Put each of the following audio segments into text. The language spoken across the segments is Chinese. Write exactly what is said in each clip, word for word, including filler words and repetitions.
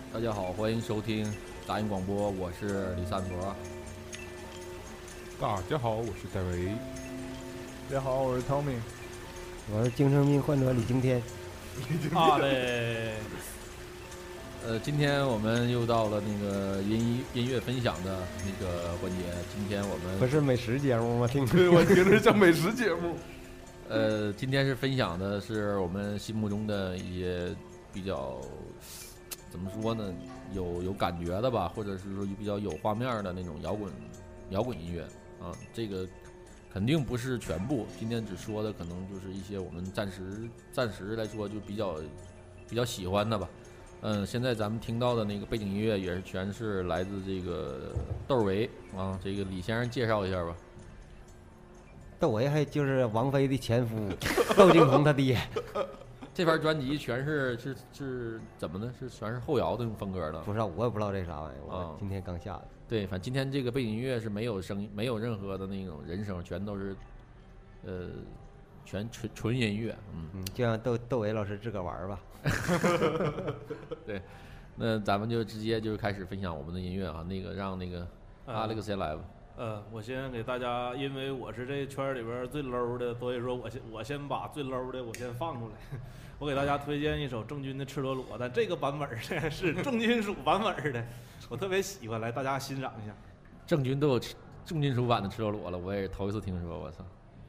大家好，欢迎收听杂音广播，我是李三博。 大家好，我是戴维。 大家好，我是 Tommy。 我是精神病患者李惊天。 啊嘞， 呃，今天我们又到了那个音音乐分享的那个环节。今天我们不是美食节目吗？听对，我听着像美食节目。 呃，今天是分享的是我们心目中的一些比较怎么说呢，有有感觉的吧，或者是说比较有画面的那种摇滚摇滚音乐啊。这个肯定不是全部，今天只说的可能就是一些我们暂时暂时来说就比较比较喜欢的吧。嗯，现在咱们听到的那个背景音乐也是全是来自这个窦唯啊，这个李先生介绍一下吧。 窦唯还就是王菲的前夫窦靖童他爹。 这盘专辑全是是是怎么呢？是全是后摇的那种风格的。 不知道，我也不知道这啥玩意儿，我啊今天刚下的。 对，反正今天这个背景音乐是没有声音，没有任何的那种人声，全都是，呃，全纯纯音乐。嗯嗯，就让窦窦唯老师自个儿玩儿吧。 对，那咱们就直接就开始分享我们的音乐啊。那个让那个阿雷克先来吧。 呃，我先给大家，因为我是这圈里边最 low 的，所以说我先我先把最 low 的我先放出来。我给大家推荐一首郑钧的《赤裸裸》，但这个版本的是重金属版本的，我特别喜欢，来大家欣赏一下。 郑钧都有重金属版的赤裸裸了，我也是头一次听说，我操。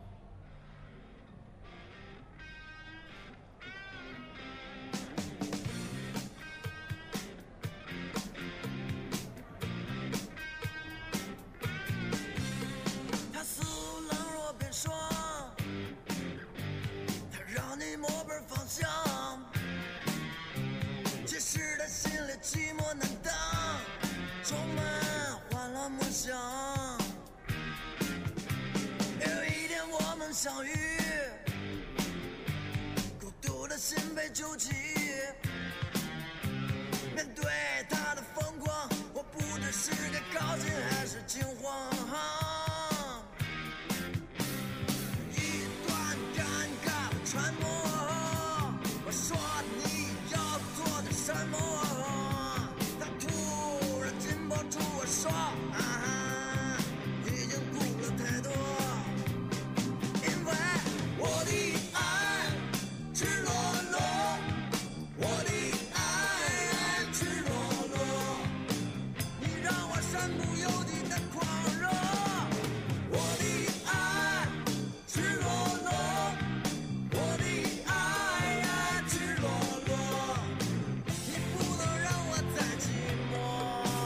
寂寞难当，充满欢乐梦想。有一天我们相遇，孤独的心被揪起。面对他的疯狂，我不知是该高兴还是惊慌。一段尴尬的沉默，我说你要做的什么？说啊，已经哭了太多，因为我的爱赤裸裸，我的爱赤裸裸，你让我身不由己的狂热。我的爱赤裸裸，我的爱赤裸裸，你不能让我再寂寞。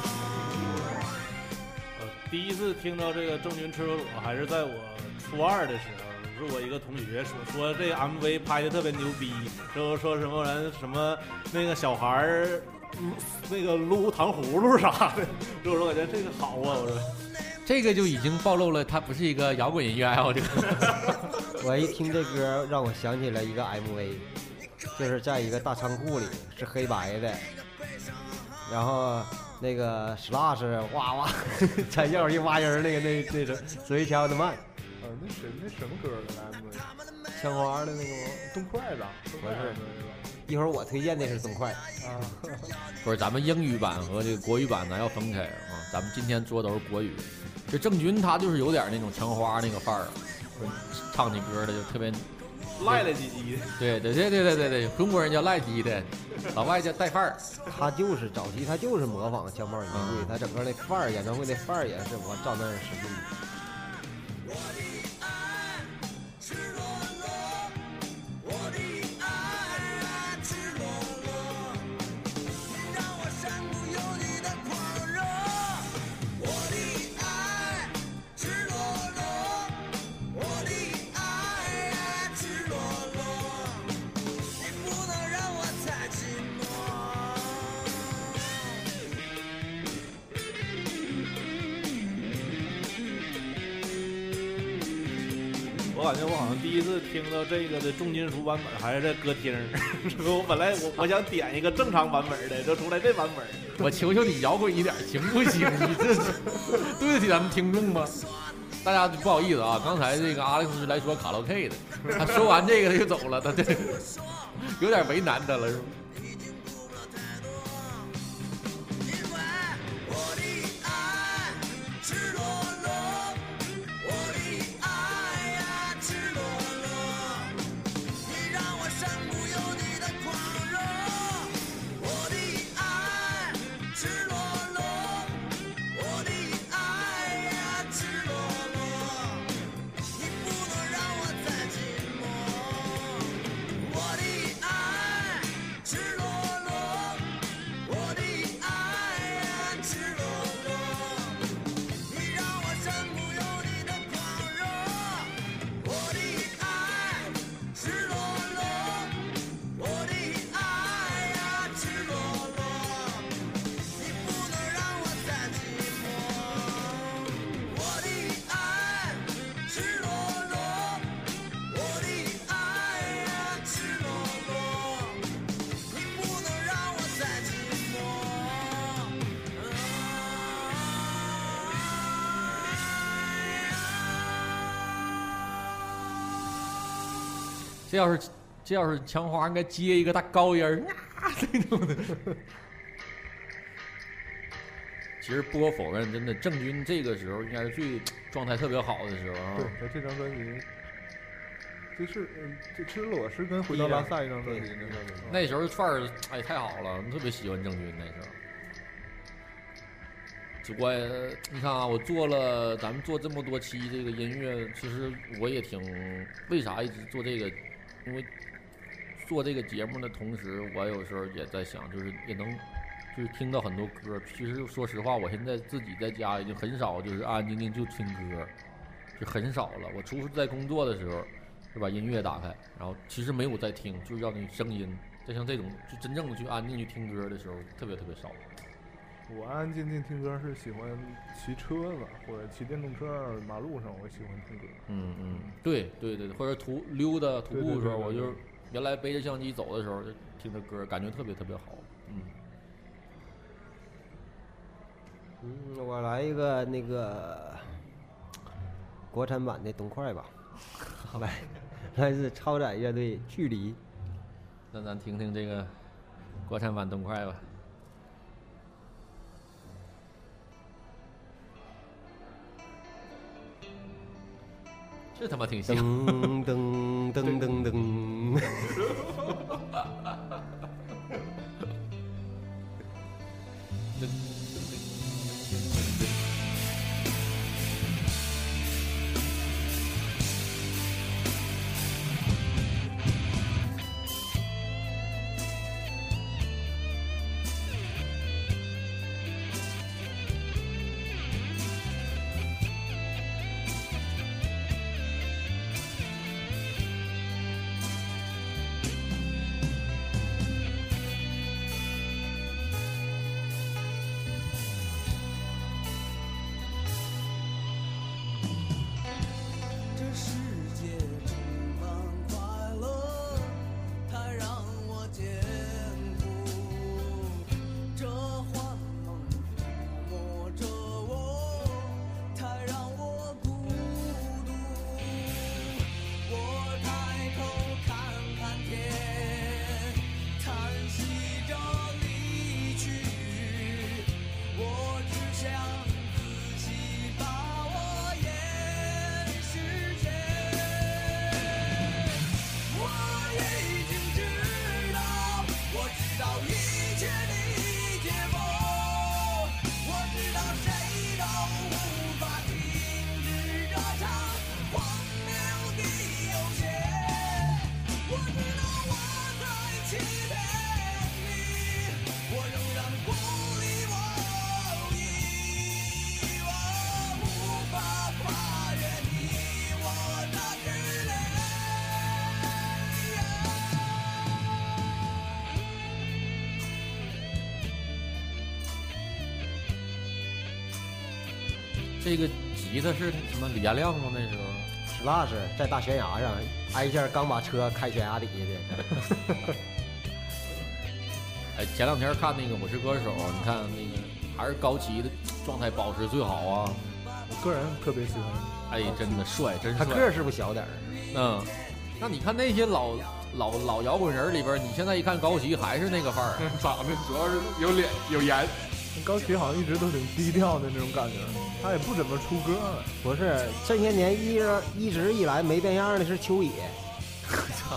第一次听到这个郑钧赤裸裸还是在我初二的时候，是我一个同学说说这个 M V 拍的特别牛逼，说说什么人什么那个小孩儿那个撸糖葫芦啥的，我说我觉得这个好啊，我说这个就已经暴露了它不是一个摇滚音乐爱好者。 我一听这歌，让我想起来一个 M V， 就是在一个大仓库里，是黑白的，然后那个 Slash 哇哇采药一挖人那个那那种随枪的慢， 呃，那谁那什么歌的来着？ 枪花的那个吗？ 动快的， 不是。一会儿我推荐的是东快啊， 不是，咱们英语版和这个国语版咱要分开啊。咱们今天说的都是国语。这郑钧他就是有点那种枪花那个范儿，唱起歌的就特别赖赖唧唧的。 对对对对对对对，中国人叫赖唧的，老外叫带范儿。 他就是早期他就是模仿枪炮玫瑰，他整个那范儿演唱会的范儿也是我照那儿使劲。 我感觉我好像第一次听到这个的重金属版本还是在歌厅儿，我本来我我想点一个正常版本的，就出来这版本。 我求求你摇滚一点行不行？你这对得起咱们听众吗？大家不好意思啊，刚才这个阿历斯是来说卡拉 OK 的，他说完这个他就走了，他这有点为难他了，是吧？ 这要是这要是枪花，应该接一个大高音儿，啊那种的。其实不可否认，真的郑钧这个时候应该是最状态特别好的时候啊。 对，在这张专辑，这是嗯，这赤裸是跟《回到拉萨》一张专辑那个。 那时候范儿哎太好了，特别喜欢郑钧那时候。只怪你看啊，我做了咱们做这么多期这个音乐，其实我也挺为啥一直做这个，因为做这个节目的同时，我有时候也在想，就是也能就是听到很多歌。其实说实话，我现在自己在家已经很少就是安安静静就听歌，就很少了。我除非是在工作的时候，就把音乐打开，然后其实没有在听，就要你声音。再像这种就真正的去安静去听歌的时候，特别特别少。 我安安静静听歌是喜欢骑车子或者骑电动车马路上，我喜欢听歌。 嗯嗯，对对对，或者徒溜达徒步的时候，我就原来背着相机走的时候，就听着歌，感觉特别特别好。嗯嗯，我来一个那个国产版的《东快》吧，来，来自超载乐队《距离》。 那咱听听这个国产版《东快》吧。这他妈挺像。 噔噔噔噔噔。 这个吉他是什么李亚亮吗？那时候 ，Slash 在大悬崖上挨一下，刚把车开悬崖底下的。 哎，前两天看那个《我是歌手》，你看那个还是高旗的状态保持最好啊。 我个人特别喜欢。 哎，真的帅，真帅。 他个儿是不是小点儿？ 嗯，那你看那些老老老摇滚人里边，你现在一看高旗还是那个范儿， 长得主要是有脸有颜。高旗好像一直都挺低调的那种感觉，他也不怎么出歌了。 不是，这些年一直一直以来没变样的是秋野。操！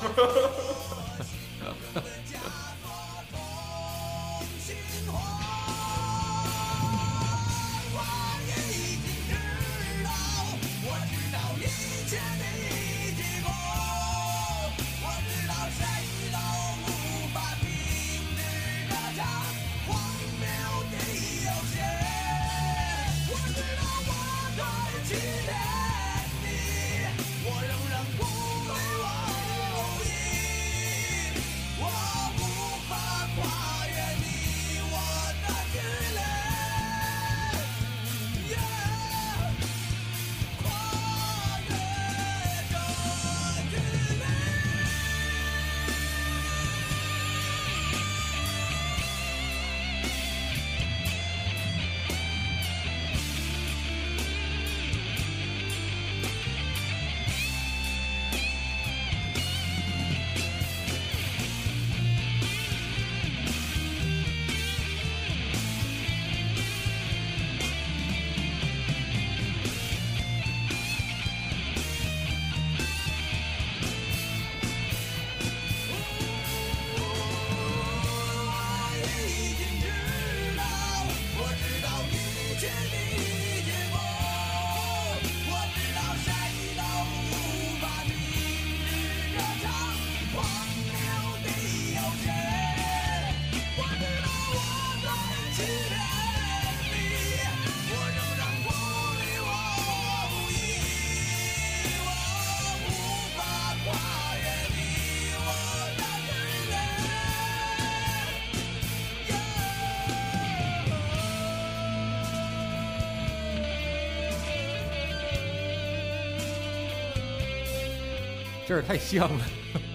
劲儿太像了。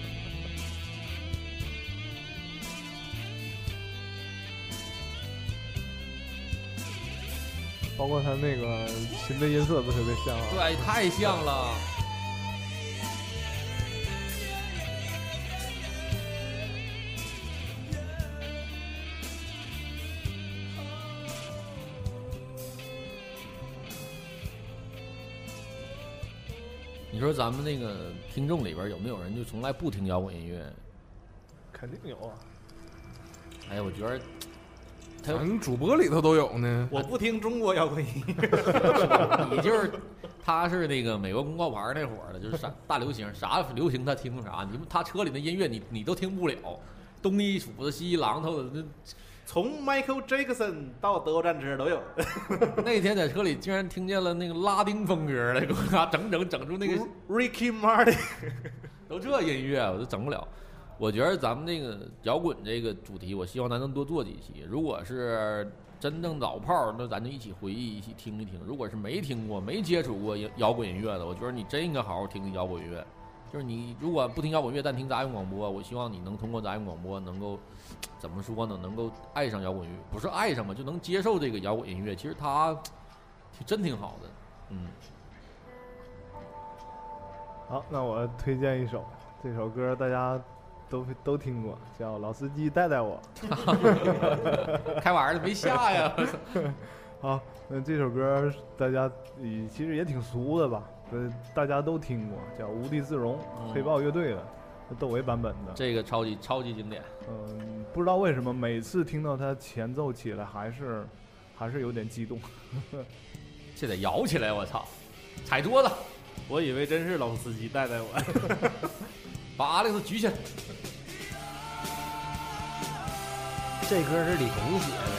包括他那个琴的音色都特别像啊。 对，太像了。你说咱们那个听众里边有没有人就从来不听摇滚音乐？ 肯定有啊。 哎呀，我觉得他咱主播里头都有呢。 我不听中国摇滚音乐， 你就是他是那个美国公告牌那会儿的，就是啥大流行，啥流行他听啥，你他车里的音乐你你都听不了，东一杵子西一榔头的那。 从 Michael Jackson 到德国战车都有。 那天在车里竟然听见了那个拉丁风格的，给我整整整出那个 Ricky Martin， 都这音乐我都整不了。我觉得咱们这个摇滚这个主题，我希望咱能多做几期。如果是真正老炮，那咱就一起回忆，一起听一听。如果是没听过、没接触过摇滚音乐的，我觉得你真应该好好听听摇滚乐。就是你如果不听摇滚乐，但听杂音广播，我希望你能通过杂音广播能够怎么说呢？能够爱上摇滚乐，不是爱上嘛，就能接受这个摇滚音乐。其实它真挺好的，嗯。 好，那我推荐一首，这首歌大家都都听过，叫《老司机带带我》。 开玩的没下呀。 好，那这首歌大家其实也挺俗的吧？呃，大家都听过，叫《无地自容》， 嗯、 黑豹乐队的，窦唯版本的。 这个超级超级经典。 嗯，不知道为什么每次听到它前奏起来，还是还是有点激动。 这得摇起来，我操！踩桌子。 我以为真是老司机带带我。 把阿力斯举起来。 这歌是李红写的。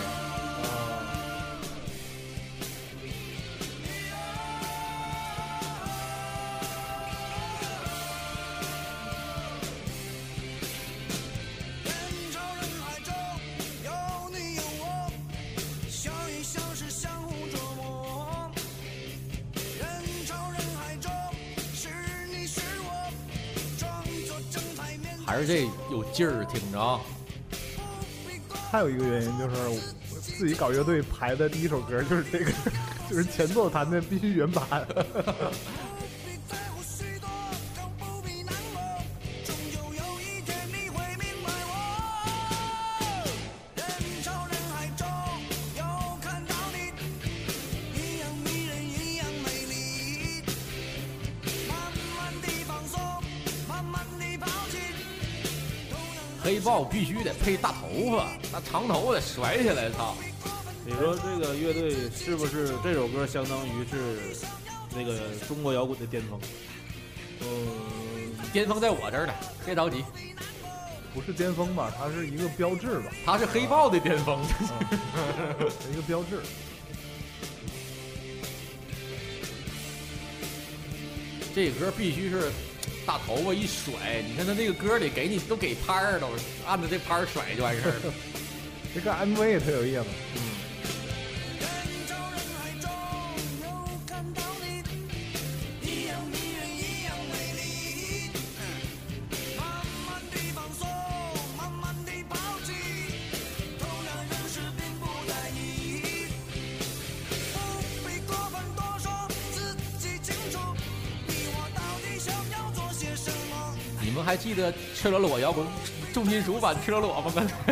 还是这有劲儿，听着啊。 还有一个原因就是，自己搞乐队排的第一首歌就是这个，就是前奏弹的必须原版。 黑豹必须得配大头发，那长头发得甩起来，操！ 你说这个乐队是不是这首歌相当于是那个中国摇滚的巅峰？ 嗯， 巅峰在我这儿呢，别着急。 不是巅峰吧？它是一个标志吧？ 它是黑豹的巅峰， 嗯、一个标志。 这歌必须是大头发一甩，你看他那个歌里给你都给拍儿都按着这拍儿甩就完事儿了。 这个 M V 也特有意思。 嗯。你们还记得赤裸裸摇滚重金属版赤裸裸吗？刚才。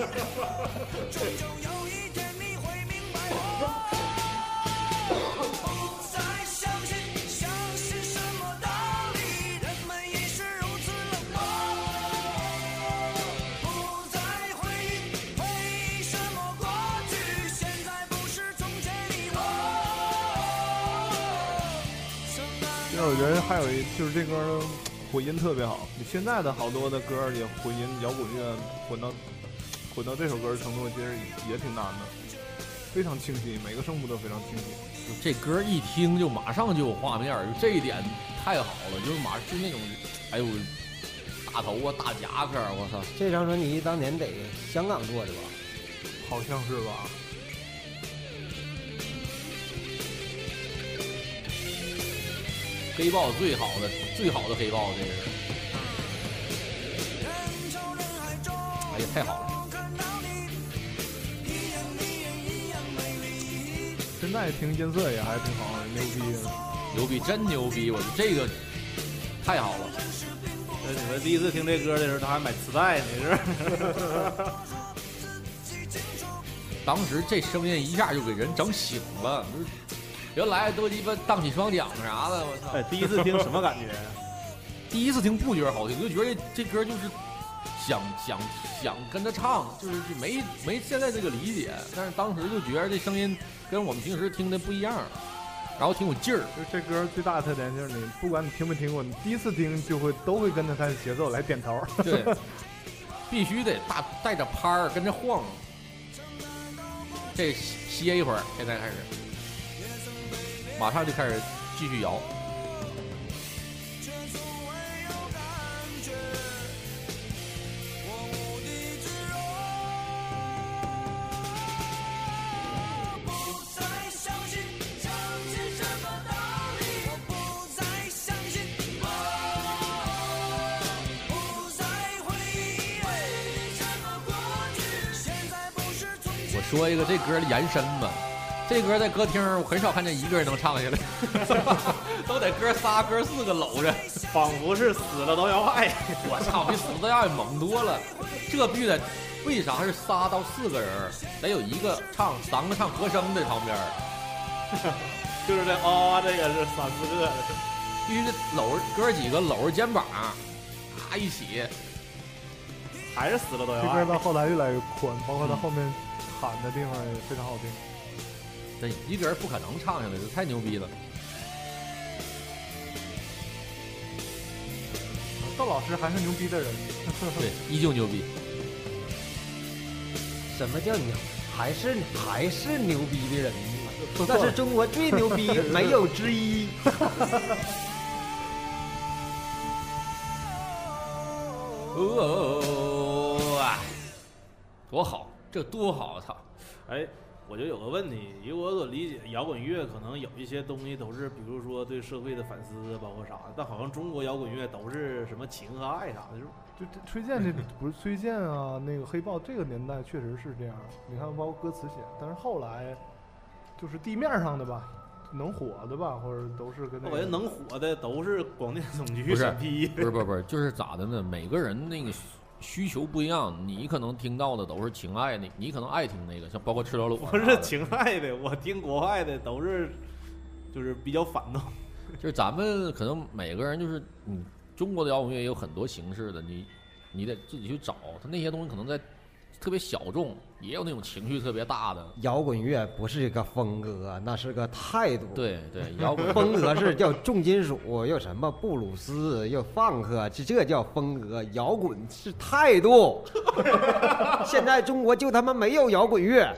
其实我觉得还有一就是这歌混音特别好，你现在的好多的歌也混音摇滚乐混到混到这首歌的程度，其实也挺难的，非常清晰，每个声部都非常清晰。 这歌一听就马上就有画面，这一点太好了，就是马就那种，哎呦，大头啊，大夹克，我操！ 这张专辑当年得香港做的吧？ 好像是吧。 黑豹最好的最好的黑豹，这个是，哎呀，太好了！ 现在听音色也还挺好，牛逼的， 牛逼，真牛逼！我这个太好了。 那你们第一次听这歌的时候，他还买磁带呢，是。 当时这声音一下就给人整醒了，原来都鸡巴荡起双桨啥的，我操！ 哎，第一次听什么感觉？ 第一次听不觉得好听，就觉得这歌就是想想想跟着唱，就是没没现在这个理解，但是当时就觉得这声音跟我们平时听的不一样，然后挺有劲儿。 就这歌最大的特点就是你不管你听没听过，你第一次听就会都会跟着它的节奏来点头。 对，必须得大带着拍儿跟着晃。这歇一会儿，现在开始，马上就开始继续摇。说一个这歌的延伸吧，这歌在歌厅我很少看见一个人能唱下来，都得哥仨哥四个搂着， 仿佛是死了都要爱。 我操，比死了都要爱猛多了。这必须得，为啥是仨到四个人？得有一个唱，三个唱和声的旁边， 就是这啊、哦，这个是三四个的， 必须得搂着哥几个搂着肩膀，啊一起， 还是死了都要爱。 这歌到后来越来越宽，包括他后面。喊的地方也非常好听， 这一个人不可能唱下来，这太牛逼了。 窦老师还是牛逼的人， 对，依旧牛逼。 什么叫牛？还是还是牛逼的人？那是中国最牛逼，没有之一。 哦啊，多好！这多好！操！ 哎，我就有个问题，以我所理解，摇滚乐可能有一些东西都是，比如说对社会的反思，包括啥的，但好像中国摇滚乐都是什么情和爱啥的， 就就崔健这不是崔健啊，那个黑豹这个年代确实是这样。你看，包括歌词写，但是后来就是地面上的吧，能火的吧，或者都是跟那个。 我觉得能火的都是广电总局审批。 不是不是不是，就是咋的呢？每个人那个需求不一样，你可能听到的都是情爱，你你可能爱听那个，像包括赤裸裸。 不是情爱的，我听国外的都是，就是比较反动。 就是咱们可能每个人就是，你中国的摇滚乐也有很多形式的，你你得自己去找，它那些东西可能在特别小众，也有那种情绪特别大的。 摇滚乐不是一个风格，那是个态度。 对对，摇滚风格是叫重金属，又什么布鲁斯，又放克，这这叫风格。摇滚是态度。现在中国就他妈没有摇滚乐。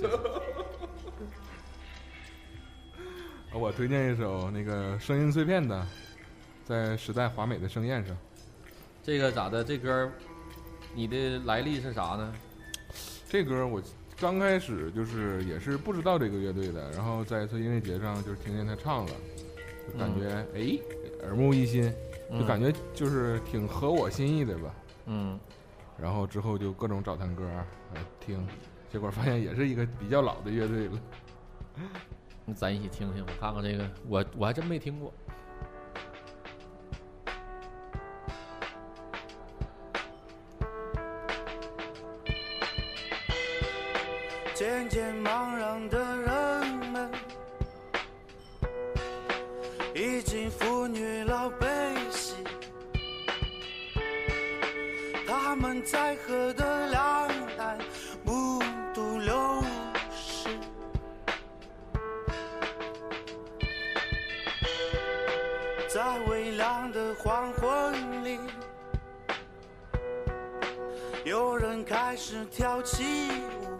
我推荐一首那个声音碎片的，在时代华美的盛宴上。 这个咋的？这歌你的来历是啥呢？ 这歌我刚开始就是也是不知道这个乐队的，然后在一次音乐节上就是听见他唱了，就感觉哎、嗯、耳目一新，就感觉就是挺合我心意的吧。 嗯， 然后之后就各种找他歌来听，结果发现也是一个比较老的乐队了。 那咱一起听听，我看看这个，我我还真没听过。 渐渐茫然的人们，已经妇女老悲喜，他们在河的两岸目睹流逝，在微亮的黄昏里，有人开始跳起舞，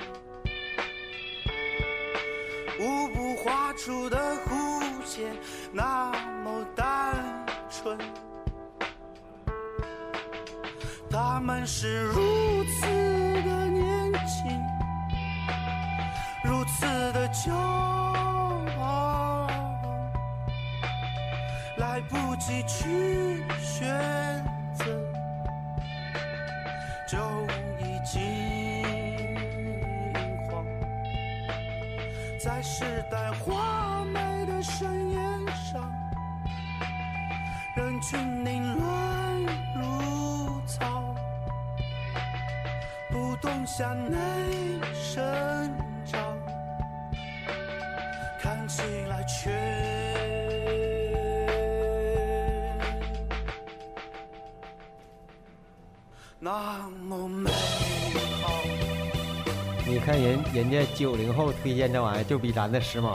舞步画出的弧线那么单纯，他们是如此的年轻，如此的骄傲，来不及去选择，就已经黄。在时代华美的盛宴上，人群凌乱如草，不懂向内生长，看起来却那么美好。 你看人人家九零后推荐这玩意儿，就比咱的时髦。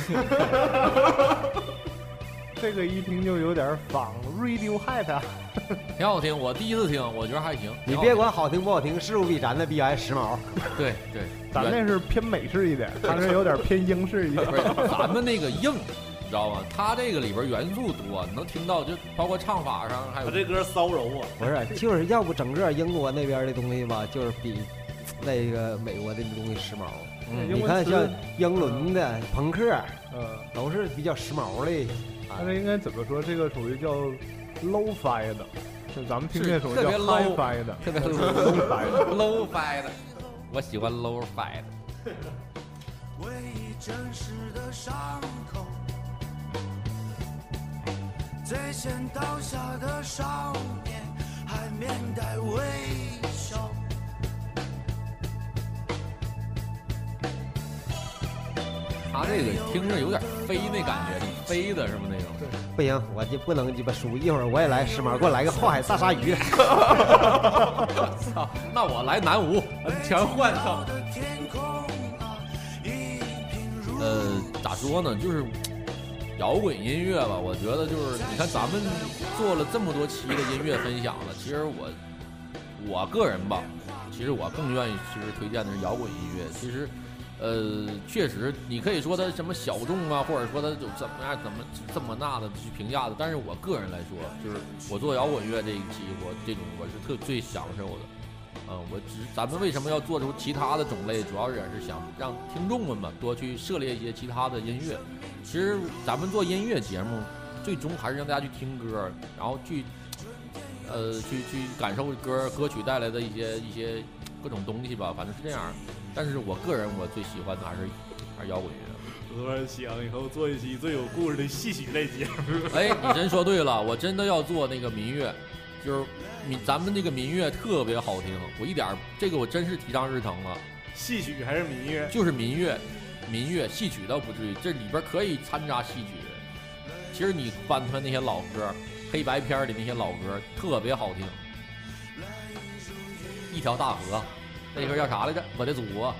这个一听就有点仿 Radiohead， 挺好听。我第一次听，我觉得还行。 你别管好听不好听，是不是比咱的 B I 时髦？ 对对， 咱那是偏美式一点，他这有点偏英式一点。 不是咱们那个硬，你知道吗？他这个里边元素多，你能听到，就包括唱法上还有。 他这歌骚柔啊， 不是，就是要不整个英国那边的东西吧，就是比那个美国的东西时髦。 嗯， 你看像英伦的朋克， 嗯， 都是比较时髦的。 他这应该怎么说？这个属于叫 low fi 的，就咱们听这属于叫特别 high low fi 的， 特别 low fi 的 low fi 的，我喜欢 low fi 的。 唯一真实的伤口，最先倒下的少年还面带微笑。 他这个听着有点飞那感觉，挺飞的是吗？那种。 不行，我就不能鸡巴输，一会儿我也来时髦，给我来个跨海大鲨鱼。 操，那我来南无，全换上。呃，咋说呢？就是摇滚音乐吧，我觉得就是你看咱们做了这么多期的音乐分享了，其实我我个人吧，其实我更愿意其实推荐的是摇滚音乐。其实。呃，确实，你可以说它什么小众啊，或者说它有怎么样、怎么这么那的去评价的。但是我个人来说，就是我做摇滚乐这一期，我这种我是特最享受的。嗯，我只咱们为什么要做出其他的种类，主要也是想让听众们吧多去涉猎一些其他的音乐。其实咱们做音乐节目，最终还是让大家去听歌，然后去呃去去感受歌歌曲带来的一些一些各种东西吧，反正是这样。但是我个人我最喜欢的还是还是摇滚乐。 我突然想以后做一期最有故事的戏曲类节目。 哎，你真说对了，我真的要做那个民乐，就是民咱们这个民乐特别好听，我一点这个我真是提上日程了。 戏曲还是民乐？ 就是民乐，民乐戏曲倒不至于，这里边可以掺杂戏曲。其实你翻翻那些老歌，黑白片里那些老歌特别好听。一条大河。那歌叫啥来着？我的祖国。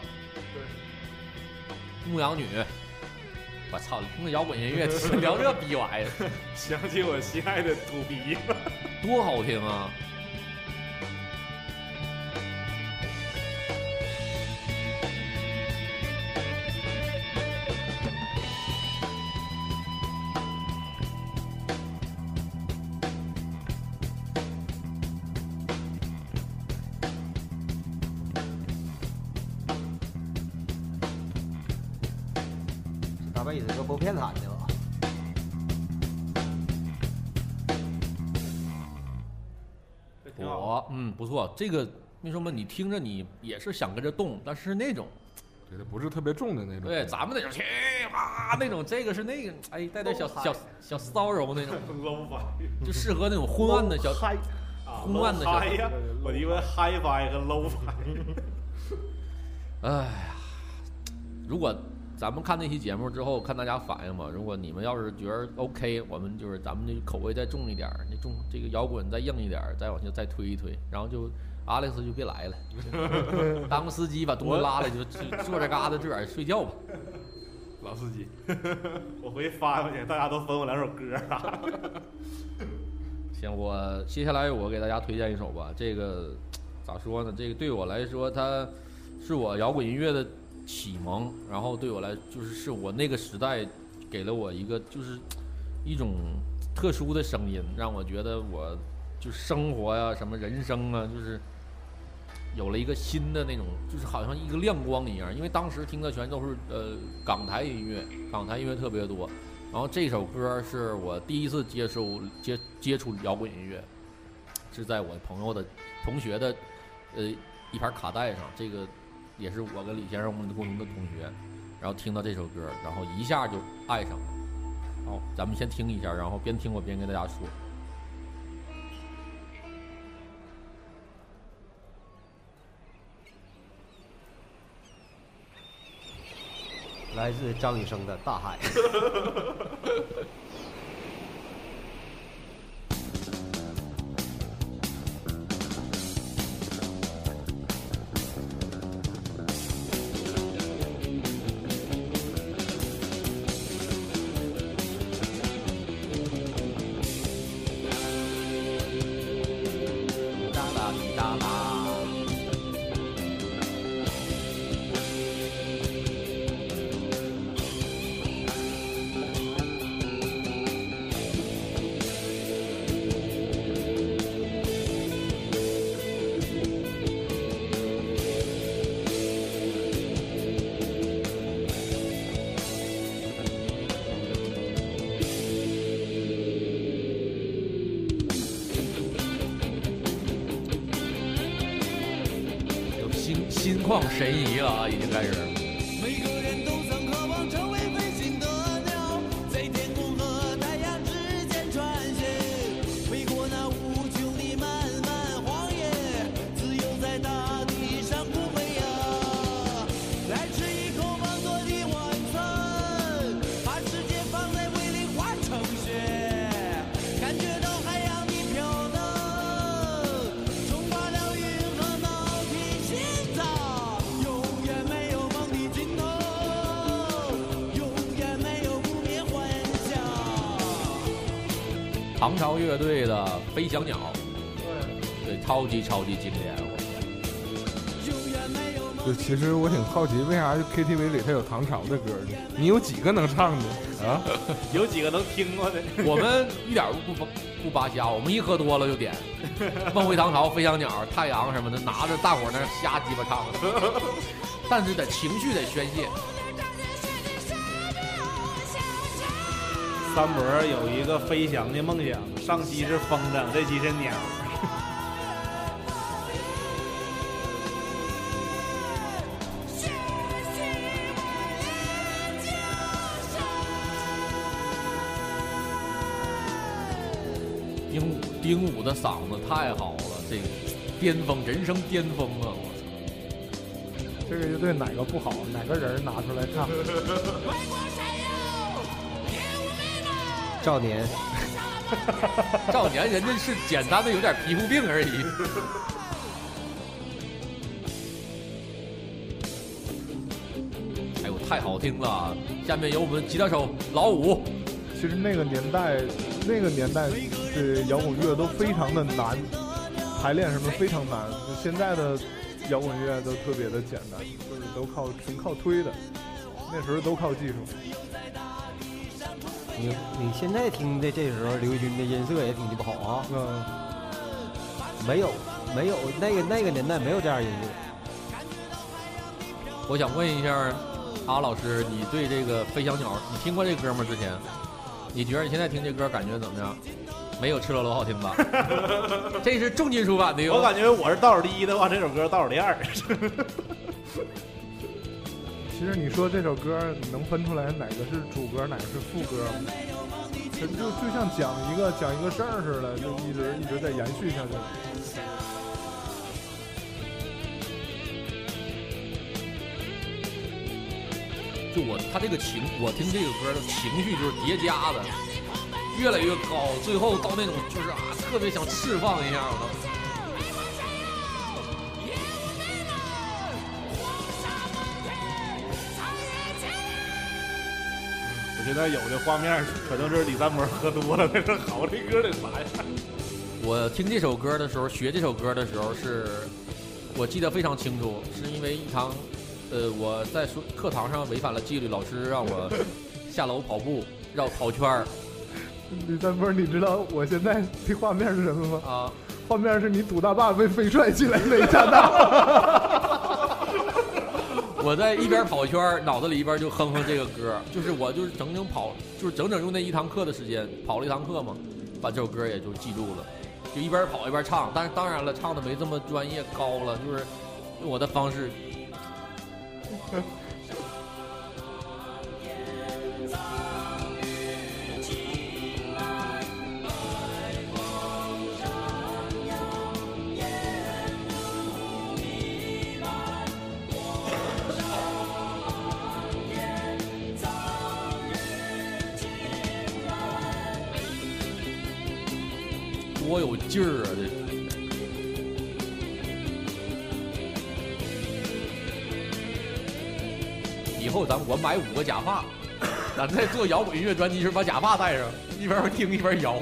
对。牧羊女。我操！那摇滚音乐聊这逼玩意儿， 想起我心爱的土鼻， 多好听啊！ 大辈子个拨片毯的吧？ 我嗯不错，这个为什么你听着你也是想跟着动，但是那种， 对，它不是特别重的那种。 对，咱们那种去哇那种，这个是那个哎带点小小小骚柔那种，就适合那种昏暗的小嗨， 昏暗的小。 嗨呀，我以为 hi-fi 和 low-fi。 哎呀，如果咱们看那期节目之后，看大家反应嘛。如果你们要是觉得 OK， 我们就是咱们这口味再重一点，那重这个摇滚再硬一点，再往下再推一推，然后就 Alex 就别来了，就当个司机把东西拉来，就坐这嘎达自个儿睡觉吧。 老司机，我回去发过去，大家都分我两首歌啊。 行，我接下来我给大家推荐一首吧。这个咋说呢？这个对我来说，它是我摇滚音乐的启蒙，然后对我来就是是我那个时代给了我一个就是一种特殊的声音，让我觉得我就生活呀、什么人生啊，就是有了一个新的那种，就是好像一个亮光一样。因为当时听的全都是呃港台音乐，港台音乐特别多， 然后这首歌是我第一次接受接接触摇滚音乐，是在我朋友的同学的呃一盘卡带上，这个也是我跟李先生我们共同的同学，然后听到这首歌，然后一下就爱上了。好，咱们先听一下，然后边听我边跟大家说。 来自张雨生的《大海》。 心旷神怡了啊，已经开始。 每个人都曾渴望成为飞行的鸟，在天空和太阳之间穿行，飞过那无穷的漫漫荒野，自由在大地上空飞呀。来吃一口放作的晚餐，把世界放在胃里化成雪，感觉到海洋的飘荡，冲垮了云和脑皮心脏。 唐朝乐队的《飞翔鸟》，对对，超级超级经典。 就其实我挺好奇，为啥 K T V 里它有唐朝的歌呢？你有几个能唱的啊？ 有几个能听过的？ 我们一点不不不扒瞎，我们一喝多了就点《梦回唐朝》《飞翔鸟》《太阳》什么的，拿着大伙那瞎鸡巴唱，但是得情绪得宣泄。 三伯有一个飞翔的梦想，上期是风筝，这期是鸟。 丁武丁武的嗓子太好了，这个巅峰，人生巅峰啊！我操， 这个乐队哪个不好，哪个人拿出来唱？ 少年， 少年人家是简单的有点皮肤病而已。哎呦，太好听了！下面由我们吉他手老五。 其实那个年代，那个年代的摇滚乐都非常的难，排练什么非常难。现在的摇滚乐都特别的简单，就是都靠纯靠推的，那时候都靠技术。 你你现在听的这时候刘军的音色也挺鸡巴好啊， 嗯， 没有没有那个那个年代没有这样音乐。 我想问一下阿老师，你对这个《飞翔鸟》你听过这歌吗？之前，你觉得你现在听这歌感觉怎么样？没有赤裸裸好听吧？这是重金属版的哟。 我感觉我是倒数第一的话，这首歌倒数第二。 其实你说这首歌，你能分出来哪个是主歌，哪个是副歌吗？就就像讲一个讲一个事儿似的，就一直一直在延续下去。 就我他这个情，我听这个歌的情绪就是叠加的，越来越高，最后到那种就是啊，特别想释放一下我。 我觉得有的画面可能是李三伯喝多了，那是好这歌得啥呀？ 我听这首歌的时候，学这首歌的时候是，我记得非常清楚，是因为一堂，呃，我在课堂上违反了纪律，老师让我下楼跑步，绕跑圈儿。 李三波，你知道我现在的画面是什么吗？ 啊， 画面是你赌大坝被飞踹起来那一刹那。 我我在一边跑圈，脑子里一边就哼哼这个歌，就是我就是整整跑，就是整整用那一堂课的时间跑了一堂课嘛，把这首歌也就记住了，就一边跑一边唱。但是当然了，唱的没这么专业高了，就是用我的方式。多有劲儿啊！这以后咱我买五个假发，咱在做摇滚音乐专辑时把假发戴上，一边听一边摇。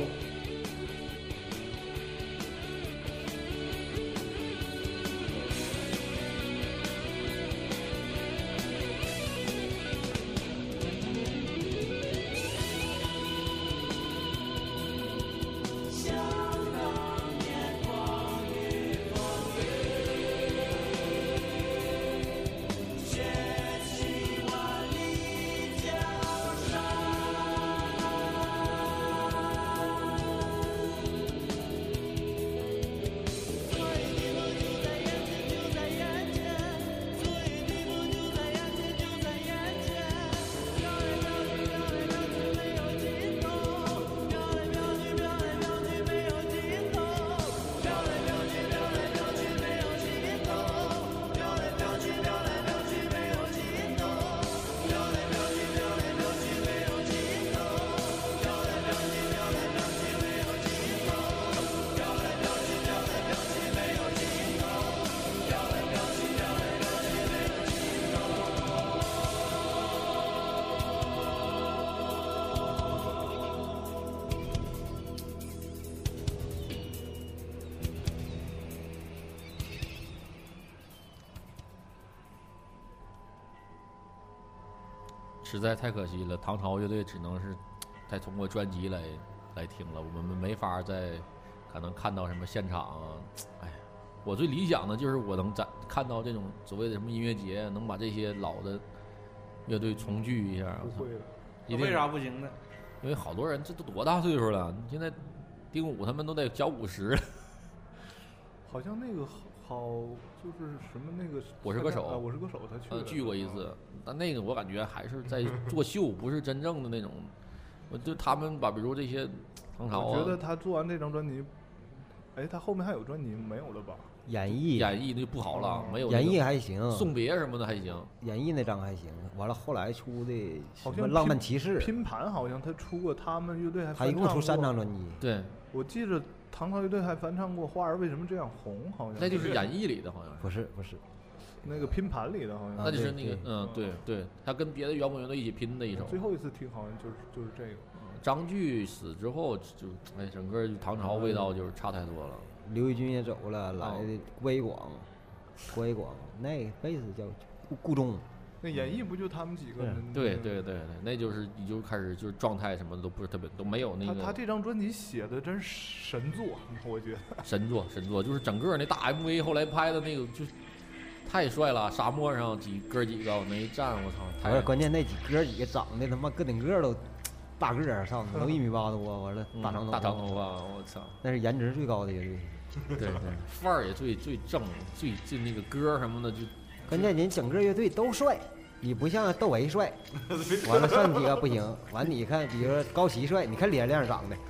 实在太可惜了，唐朝乐队只能是再通过专辑来来听了，我们没法再可能看到什么现场啊。哎呀，我最理想的就是我能在看到这种所谓的什么音乐节，能把这些老的乐队重聚一下。 不会的， 一定为啥不行呢？ 因为好多人这都多大岁数了？现在丁武他们都得小五十了。 好像那个好就是什么那个我是歌手啊，我是歌手，他去呃了聚过一次，但那个我感觉还是在作秀，不是真正的那种。我就他们把比如这些唐朝啊， 我觉得他做完这张专辑，哎，他后面还有专辑没有了吧？ 演绎演绎那就不好了，没有演绎还行， 送别什么的还行， 演绎那张还行。完了后来出的好像什么浪漫骑士， 拼盘好像他出过他们乐队还他一共出三张专专辑。 对， 我记着唐朝乐队还翻唱过《花儿为什么这样红》，好像那就是演绎里的，好像是不是不是， 那个拼盘里的，好像那就是那个对嗯对对，他跟别的摇滚乐队一起拼的一首。 最后一次听好像就是就是这个。 张炬死之后就哎整个唐朝味道就是差太多了。 刘奕君也走了，来的郭伟广，郭伟广那个贝斯叫顾顾中。 那演绎不就他们几个人？ 对对对对，那就是你就开始就是状态什么的都不是特别，都没有那个。 他他这张专辑写的真是神作，我觉得。 神作神作，就是整个那大 M V 后来拍的那个就太帅了，沙漠上几哥几个往那一站，我操！ 不是关键那几哥几个长得他妈个顶个都大个儿，上都一米八多，完了大长头大长头发，我操！ 那是颜值最高的乐队。 对对，范儿也最最正，最最那个歌什么的就。 关键人整个乐队都帅，你不像窦唯帅，完了剩几个不行。完你看，比如说高旗帅，你看脸亮长的。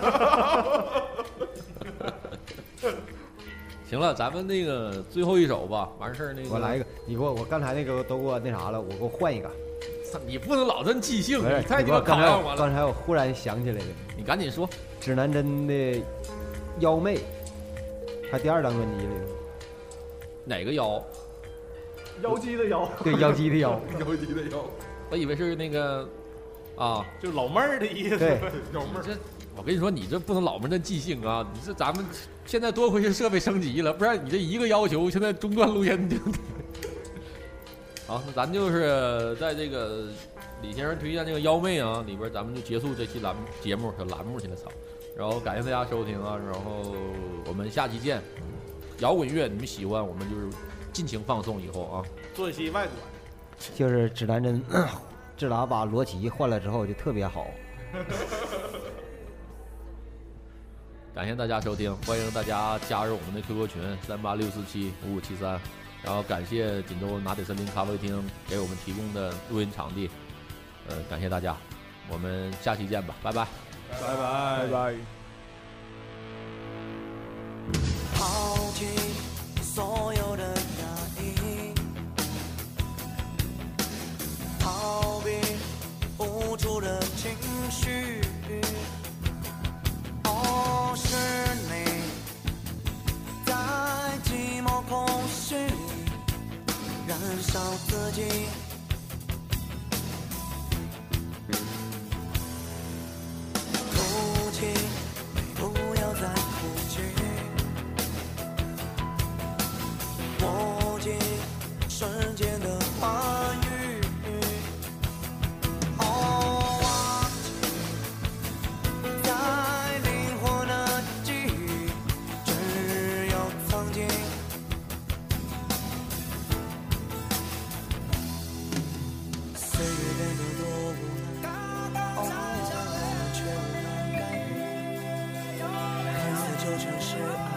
行了，咱们那个最后一首吧，完事儿那个。 我来一个，你给我，我刚才那个都给我那啥了，我给我换一个。 你不能老这么即兴， 不是， 你太鸡巴刚才考验我了。 刚才我忽然想起来了， 你赶紧说。 指南针的妖媚，他第二张专辑里哪个妖？ 妖姬的妖。 对，妖姬的妖。 妖姬的妖。 我以为是那个啊， 就是老妹儿的意思。 对， 老妹儿。这我跟你说，你这不能老么这即兴啊！你这咱们现在多亏是设备升级了，不然你这一个要求，现在中断录音就。好，那咱就是在这个李先生推荐这个妖媚啊里边，咱们就结束这期栏节目和栏目，现在操。然后感谢大家收听啊，然后我们下期见。摇滚乐你们喜欢，我们就是尽情放送以后啊。 做一期外就是指南针，智达把罗琦换了之后就特别好。 感谢大家收听，欢迎大家加入我们的 Q Q 群三八六四七五五七三，然后感谢锦州拿铁森林咖啡厅给我们提供的录音场地，呃，感谢大家，我们下期见吧，拜拜， 拜拜拜拜。 抛弃所有的压抑，逃避无助的情绪。哦，是你在寂寞空虚里燃烧自己。哭泣，不要再哭泣。墨迹瞬间的欢愉，哦，忘记在灵魂的记忆，只有曾经。岁月变得多无奈，哦，却无能干预，看似就全是爱。